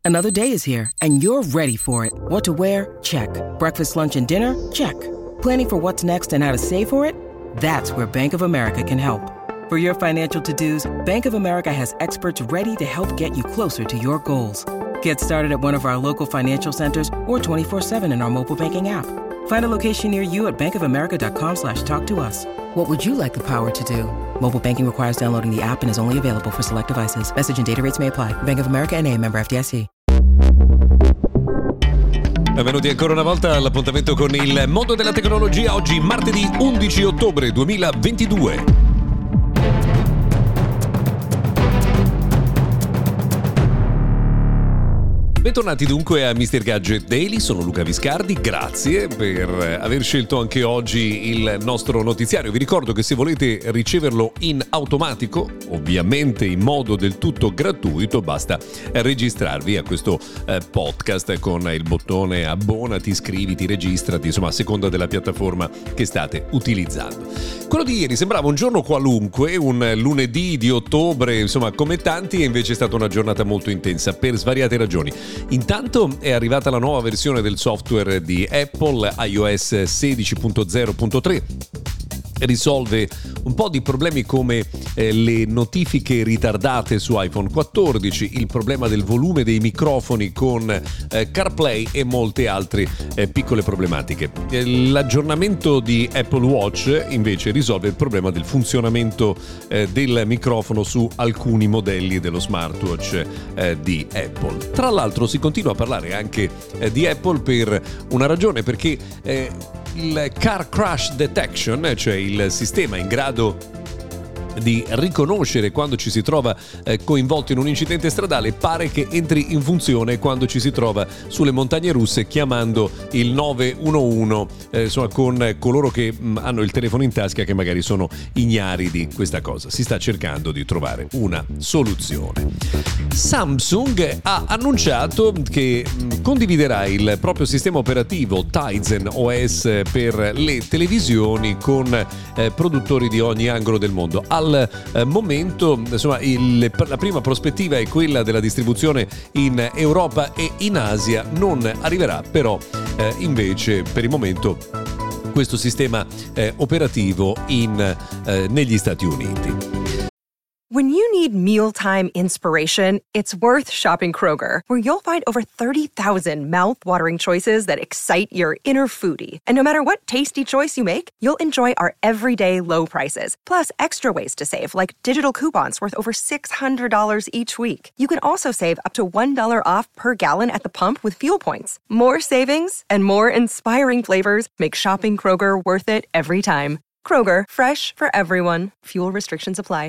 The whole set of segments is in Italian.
Another day is here, and you're ready for it. What to wear? Check. Breakfast, lunch, and dinner? Check. Planning for what's next and how to save for it? That's where Bank of America can help. For your financial to-dos, Bank of America has experts ready to help get you closer to your goals. Get started at one of our local financial centers or 24/7 in our mobile banking app. Find a location near you at bankofamerica.com/talktous. What would you like the power to do? Mobile banking requires downloading the app and is only available for select devices. Message and data rates may apply. Bank of America N.A., member FDIC. Benvenuti ancora una volta all'appuntamento con il mondo della tecnologia. Oggi martedì 11 ottobre 2022. Bentornati dunque a Mr. Gadget Daily, sono Luca Viscardi, grazie per aver scelto anche oggi il nostro notiziario. Vi ricordo che se volete riceverlo in automatico, ovviamente in modo del tutto gratuito, basta registrarvi a questo podcast con il bottone abbonati, iscriviti, registrati, insomma a seconda della piattaforma che state utilizzando. Quello di ieri sembrava un giorno qualunque, un lunedì di ottobre, insomma come tanti, e invece è stata una giornata molto intensa per svariate ragioni. Intanto è arrivata la nuova versione del software di Apple, iOS 16.0.3. Risolve un po' di problemi come le notifiche ritardate su iPhone 14, il problema del volume dei microfoni con CarPlay e molte altre piccole problematiche. L'aggiornamento di Apple Watch invece risolve il problema del funzionamento del microfono su alcuni modelli dello smartwatch di Apple. Tra l'altro si continua a parlare anche di Apple per una ragione, perché il Car Crash Detection, cioè il sistema in grado di riconoscere quando ci si trova coinvolto in un incidente stradale, pare che entri in funzione quando ci si trova sulle montagne russe chiamando il 911, insomma con coloro che hanno il telefono in tasca, che magari sono ignari di questa cosa. Si sta cercando di trovare una soluzione. Samsung ha annunciato che condividerà il proprio sistema operativo Tizen OS per le televisioni con produttori di ogni angolo del mondo. Al momento, insomma, la prima prospettiva è quella della distribuzione in Europa e in Asia. Non arriverà però invece per il momento questo sistema operativo negli Stati Uniti. When you need mealtime inspiration, it's worth shopping Kroger, where you'll find over 30,000 mouth-watering choices that excite your inner foodie. And no matter what tasty choice you make, you'll enjoy our everyday low prices, plus extra ways to save, like digital coupons worth over $600 each week. You can also save up to $1 off per gallon at the pump with fuel points. More savings and more inspiring flavors make shopping Kroger worth it every time. Kroger, fresh for everyone. Fuel restrictions apply.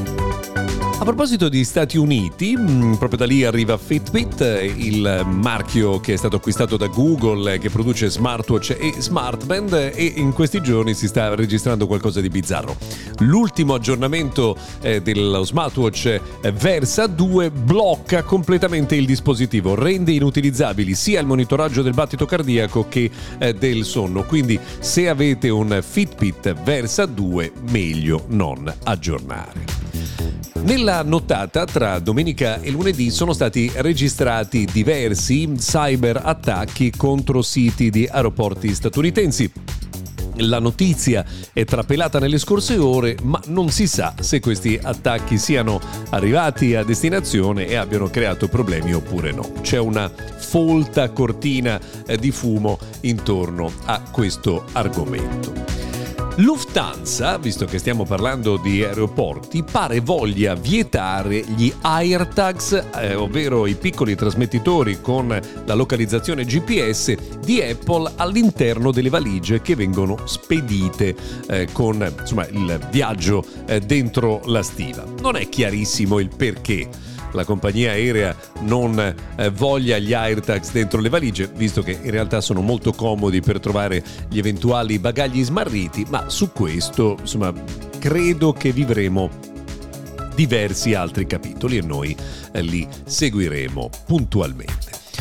A proposito di Stati Uniti, proprio da lì arriva Fitbit, il marchio che è stato acquistato da Google, che produce smartwatch e smartband, e in questi giorni si sta registrando qualcosa di bizzarro. L'ultimo aggiornamento dello smartwatch Versa 2 blocca completamente il dispositivo, rende inutilizzabili sia il monitoraggio del battito cardiaco che del sonno. Quindi se avete un Fitbit Versa 2, meglio non aggiornare. Nella nottata tra domenica e lunedì sono stati registrati diversi cyberattacchi contro siti di aeroporti statunitensi. La notizia è trapelata nelle scorse ore, ma non si sa se questi attacchi siano arrivati a destinazione e abbiano creato problemi oppure no. C'è una folta cortina di fumo intorno a questo argomento. Lufthansa, visto che stiamo parlando di aeroporti, pare voglia vietare gli AirTags, ovvero i piccoli trasmettitori con la localizzazione GPS di Apple all'interno delle valigie che vengono spedite con insomma, il viaggio dentro la stiva. Non è chiarissimo il perché la compagnia aerea non voglia gli AirTags dentro le valigie, visto che in realtà sono molto comodi per trovare gli eventuali bagagli smarriti, ma su questo, insomma, credo che vivremo diversi altri capitoli e noi li seguiremo puntualmente.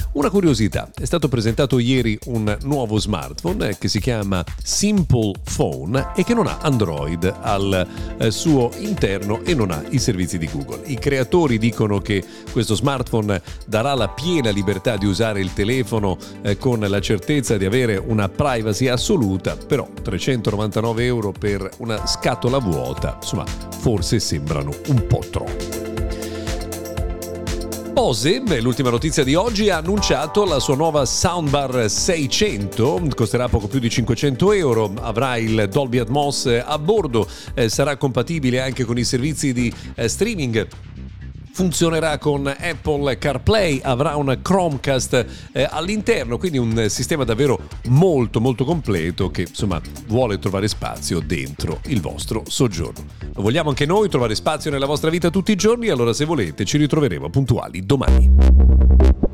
Una curiosità, è stato presentato ieri un nuovo smartphone che si chiama Simple Phone e che non ha Android al suo interno e non ha i servizi di Google. I creatori dicono che questo smartphone darà la piena libertà di usare il telefono con la certezza di avere una privacy assoluta, però 399 euro per una scatola vuota, insomma, forse sembrano un po' troppo. Bose, l'ultima notizia di oggi, ha annunciato la sua nuova soundbar 600, costerà poco più di 500 euro, avrà il Dolby Atmos a bordo, sarà compatibile anche con i servizi di streaming. Funzionerà con Apple CarPlay, avrà un Chromecast all'interno, quindi un sistema davvero molto molto completo che insomma vuole trovare spazio dentro il vostro soggiorno. Lo vogliamo anche noi trovare spazio nella vostra vita tutti i giorni, allora se volete ci ritroveremo puntuali domani.